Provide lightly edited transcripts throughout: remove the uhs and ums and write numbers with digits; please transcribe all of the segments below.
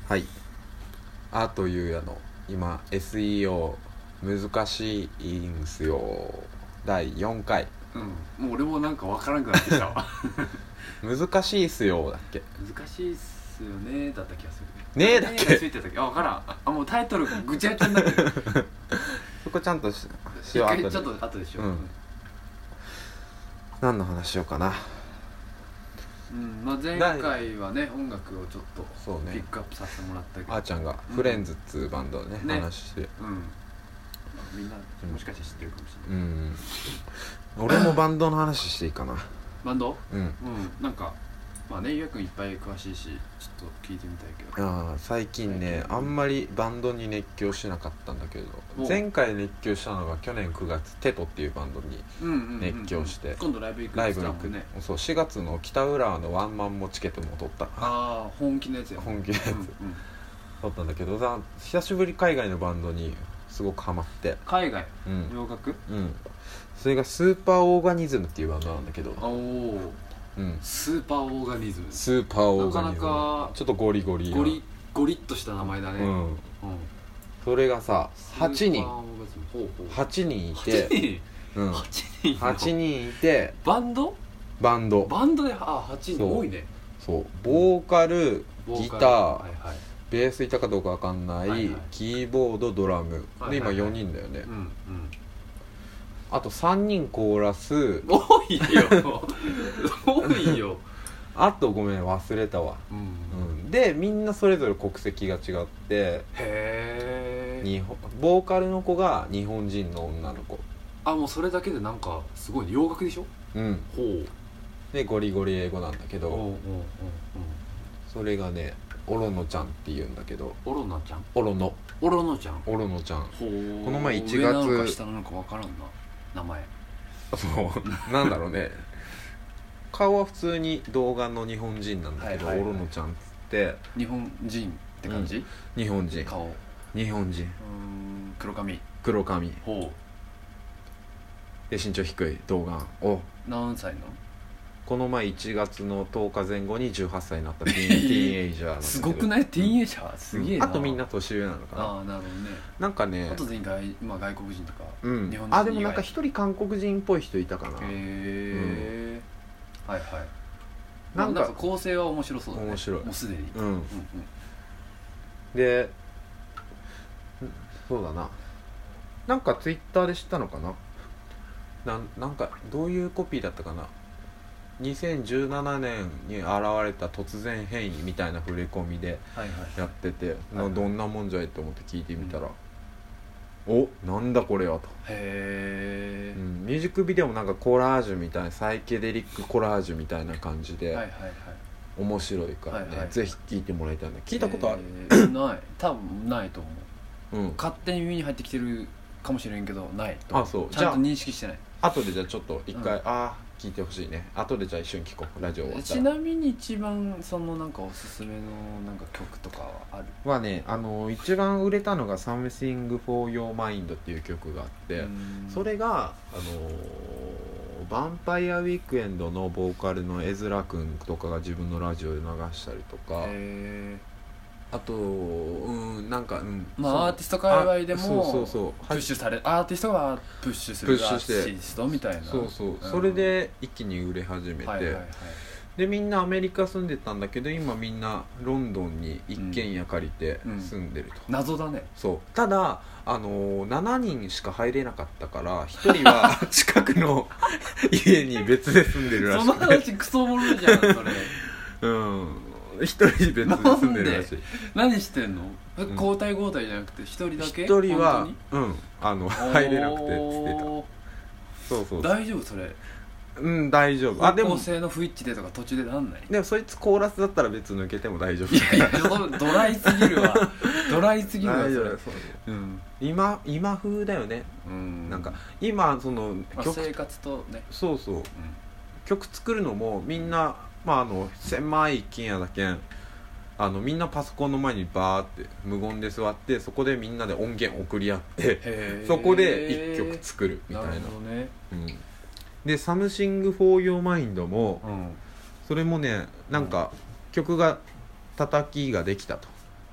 はい。という今 SEO 難しいんすよ。第4回。 もう俺もなんか分からんくなってきたわ難しいっすよだっけ。 難しいっすよねだった気がする。 ねえだっけ。 ねえがついてたっけ。分からん。もうタイトルぐちゃぐちゃになってるそこちゃんとし一よう。後で回ちょっと後でしよう。 何の話しようかな。 前回はね音楽をちょっとそうねピックアップさせてもらったけど、 ちゃんがフレンズっつうバンドをね、話して、 みんなもしかして知ってるかもしれない。 俺もバンドの話していいかな。 バンド？なんかまあね、ゆうやくんいっぱい詳しいしちょっと聞いてみたいけど。 最近ねあんまりバンドに熱狂しなかったんだけど、前回熱狂したのが去年9月テトっていうバンドに熱狂して、 今度ライブ行くって言ってたもんね。 そう4月の北浦和のワンマンもチケットも取った。 本気のやつや。 本気のやつ、取ったんだけどさ、久しぶり海外のバンドにすごくハマって。 海外、洋楽？ それがスーパーオーガニズムっていうバンドなんだけど、 スーパーオーガニズム。 スーパーオーガニズム、 なかなかちょっとゴリゴリっとした名前だね。 それがさ8人いて、8人いて、 バンドで8人多いね。 そうボーカル、ギター、ベースいたかどうかわかんない、キーボード、ドラムで今4人だよね。あと3人コーラス。 多いよあとごめん忘れたわ。でみんなそれぞれ国籍が違って、ボーカルの子が日本人の女の子。 もうそれだけでなんかすごいね。洋楽でしょ。 でゴリゴリ英語なんだけど、それがねオロノちゃんって言うんだけど。オロノちゃん。この前1月上なのか下なのか分からんな名前。 そうなんだろうね。顔は普通に童顔の日本人なんだけど、オロノちゃんっつって日本人って感じ。 日本人、 顔日本人、 黒髪で身長低い童顔。 何歳の？ この前1月の10日前後に18歳になったティーンエイジャーなんだけど。すごくない？ティーンエイジャーすげえな。 あとみんな年上なのかな。 なるほどね。 なんかね、 あと全員外国人とか、 日本人以外。でもなんか一人韓国人っぽい人いたかな。なんか構成は面白そうだね。 面白い。 もうすでに。 で、そうだな。なんかツイッターで知ったのかな。なんかどういうコピーだったかな。2017年に現れた突然変異みたいな触れ込みでやってて、どんなもんじゃいと思って聞いてみたら、なんだこれはと。ミュージックビデオもなんかコラージュみたいな、サイケデリックコラージュみたいな感じで面白いからね、ぜひ聞いてもらいたいんだ。聞いたことある？ ない、多分ないと思う。勝手に耳に入ってきてるかもしれんけどないと。 そうちゃんと認識してない。 後でじゃあちょっと一回聞いてほしいね。後でじゃあ一緒に聞こう、ラジオ終わったら。 ちなみに一番そのなんかおすすめのなんか曲とかはある？ はね、一番売れたのが Something for Your Mind っていう曲があって、それがヴァンパイアウィークエンドのボーカルのエズラ君とかが自分のラジオで流したりとか、あとなんかアーティスト界隈でもプッシュされ、アーティストがプッシュするアーティストみたいな。 それで一気に売れ始めて、でみんなアメリカ住んでたんだけど、今みんなロンドンに一軒家借りて住んでると。 謎だね。 ただ7人しか入れなかったから1人は近くの家に別で住んでるらしい。 その話クソおもろいじゃんそれ。 一人別で住んでるらしい。 何してんの？交代じゃなくて一人だけ？ 一人は入れなくてっつってた。 大丈夫それ？ 大丈夫。 でも高校生の不一致でとか途中でなんない？ でもそいつコーラスだったら別抜けても大丈夫。 いやドライすぎるわ大丈夫。 今風だよね。なんか今その生活とね。 曲作るのもみんな狭い一軒家だけんみんなパソコンの前にバーって無言で座って、そこでみんなで音源送り合ってそこで一曲作るみたいな。でSomething for Your Mindも、それもねなんか曲が叩きができたと。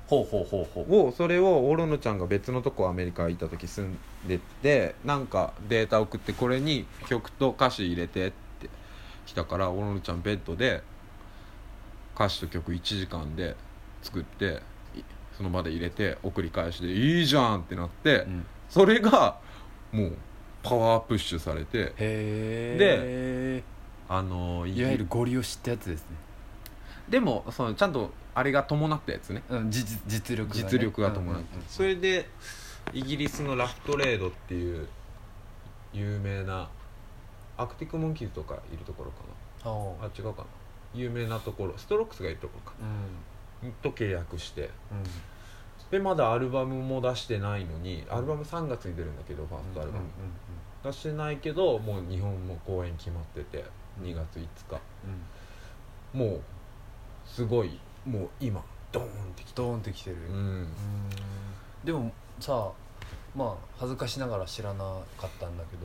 ほうほうほうほう。 それをオロノちゃんが別のとこアメリカ行った時住んでて、なんかデータ送ってこれに曲と歌詞入れてって来たから、オロノちゃんベッドで歌詞と曲1時間で作ってその場で入れて送り返しでいいじゃんってなって、それがもうパワープッシュされて、 へでいわゆるゴリ押しってやつですね。 でもそのちゃんとあれが伴ったやつね、 実力がね、 実力が伴って、それでイギリスのラフトレードっていう有名なアークティックモンキーズとかいるところかな、違うかな、有名なところ、ストロックスがいるところか、と契約して、でまだアルバムも出してないのに、アルバム3月に出るんだけど、ファーストアルバム、出してないけどもう日本も公演決まってて2月5日、もうすごい、もう今ドーンってきてる、 でもさ、まあ恥ずかしながら知らなかったんだけど、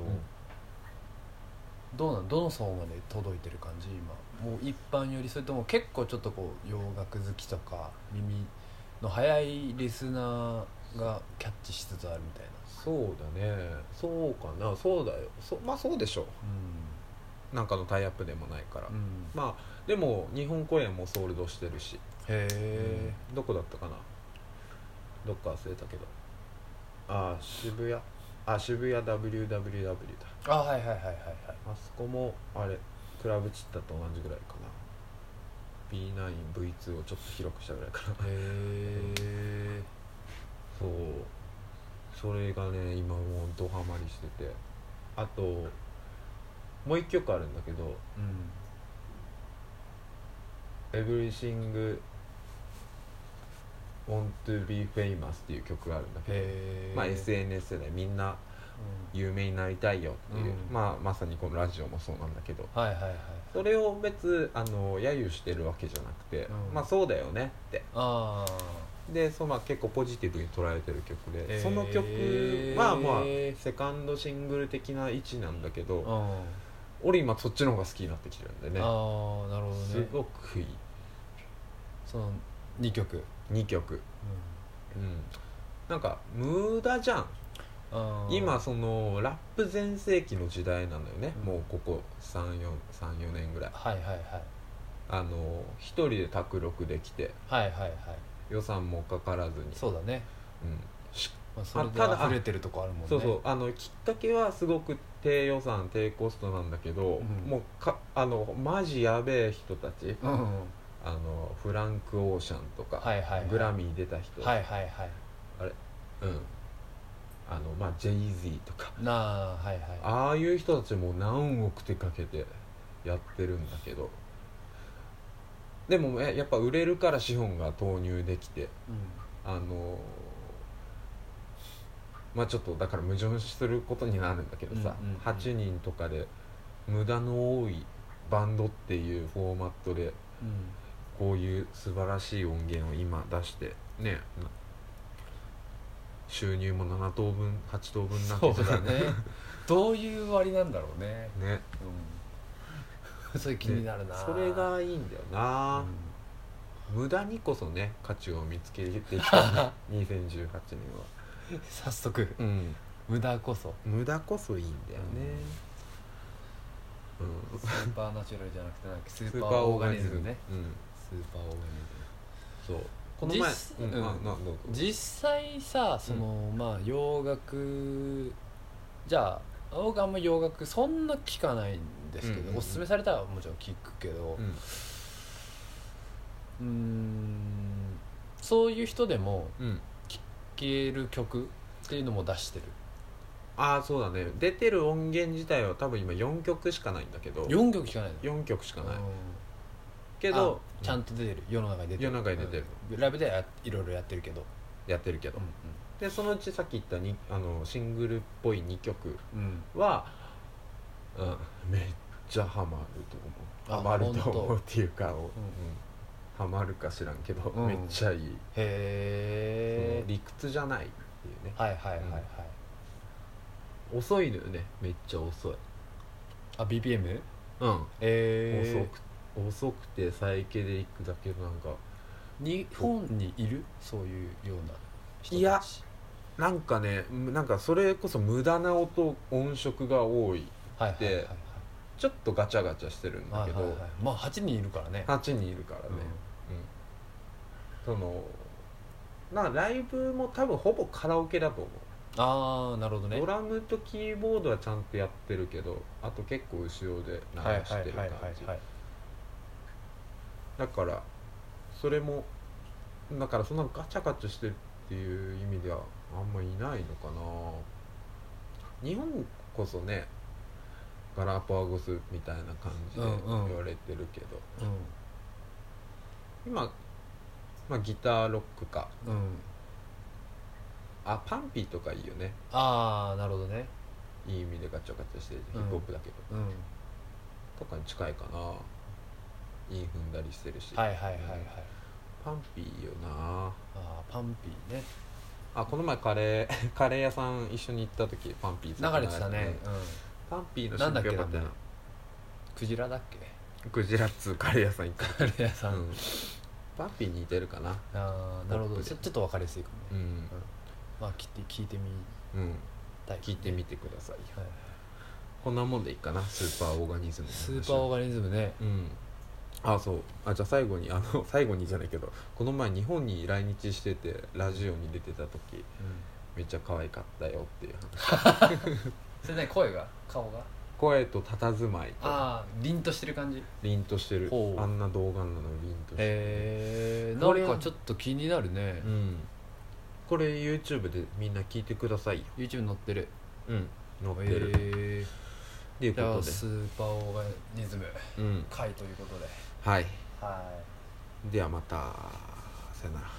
どの層まで届いてる感じ今？もう一般より、それとも結構ちょっとこう洋楽好きとか耳の早いリスナーがキャッチしつつあるみたいな？ そうだね、そうかな、そうだよ、まあそうでしょう、なんかのタイアップでもないから、まあでも日本公演もソールドしてるし、 へえ、 どこだったかな、どっか忘れたけど、渋谷 WWW だ、 はいはいはいはいはい、 あそこもあれクラブチッタと同じぐらいかな、 B9V2 をちょっと広くしたぐらいかな、 へえそう、それがね今もうドハマりしてて、あともう一曲あるんだけど、Everything Want to be Famous っていう曲があるんだけど、まあ SNS でみんな有名になりたいよっていう、まさにこのラジオもそうなんだけど、それを別揶揄してるわけじゃなくて、まあそうだよねって、でまあ結構ポジティブに捉えてる曲で、その曲はまあセカンドシングル的な位置なんだけど、俺今そっちの方が好きになってきてるんでね、 なるほどね、 すごくいい、 その2曲、 なんか無駄じゃん、今そのラップ全盛期の時代なのよね、もうここ3、4年ぐらい、一人で卓録できて、予算もかからずに、 そうだね、それで溢れてるとこあるもんね。 そうそう、きっかけはすごく低予算低コストなんだけど、もうマジやべえ人たち、フランク・オーシャンとか、グラミー出た人、あれまあ Jay-Z とか、ああいう人たちも何億手かけてやってるんだけど、でもやっぱ売れるから資本が投入できて、まあちょっとだから矛盾することになるんだけどさ、8人とかで無駄の多いバンドっていうフォーマットで、こういう素晴らしい音源を今出してね、収入も7等分8等分になってそうだねどういう割なんだろうね、それ気になるな、 それがいいんだよな、無駄にこそね価値を見つけてきた2018年は早速、無駄こそいいんだよね、 スーパーナチュラルじゃなくてなんかスーパーオーガニズムね、スーパーオーガニズム、そうこの前実際さ、そのまあ洋楽じゃあ僕あんま洋楽そんな聞かないんですけど、おすすめされたらもちろん聞くけど、そういう人でも聴ける曲っていうのも出してる？ そうだね、出てる音源自体は多分今4曲しかないんだけど、 4曲しかないの ？4曲しかないけどちゃんと出てる、世の中に出てる、ライブではいろいろやってるけど、でそのうちさっき言ったシングルっぽい2曲は、めっちゃハマると思う、ハマると思うっていうか、ハマるか知らんけど、めっちゃいい、へえ、理屈じゃないっていうね、遅いのよね、めっちゃ遅い、 BPM？ 遅くてサイケデリックだけどなんか日本にいるそういうような人たち。 いやなんかね、なんかそれこそ無駄な音色が多いで、ちょっとガチャガチャしてるんだけど、 まあ8人いるからね。 8人いるからね、そのなんかライブも多分ほぼカラオケだと思う。 ああなるほどね。 ドラムとキーボードはちゃんとやってるけど、あと結構後ろで流してる感じだから、それもだからそんなガチャガチャしてるっていう意味ではあんまいないのかな。日本こそねガラパゴスみたいな感じで言われてるけど、今、まあ、ギターロックか、あパンピーとかいいよね。 ああなるほどね。 いい意味でガチャガチャしてヒップホップだけど、とかに近いかな。イン踏んだりしてるし、パンピーよな。 パンピーね。 この前カレー屋さん一緒に行った時パンピー流れてたね。 パンピーの新曲よかったな。 クジラだっけ。 クジラっつうカレー屋さん行ったカレー屋さん、 パンピーに似てるかな。 なるほど。ちょっと分かりやすいかもね。まあ聞いてみたい、 聞いてみてください。こんなもんでいいかな。スーパーオーガニズム。 スーパーオーガニズムね。 そうじゃあ最後に最後にじゃないけど、この前日本に来日しててラジオに出てた時、めっちゃ可愛かったよっていう話。 それね、声が顔が声と佇まいと凛としてる感じ。 凛としてる。あんな童顔なの凛としてる。 なんかちょっと気になるね。 これ YouTube でみんな聞いてくださいよ。 YouTube 載ってる。 載ってるっていうことで、 スーパーオーガニズム回ということで、 はい、ではまたさよなら。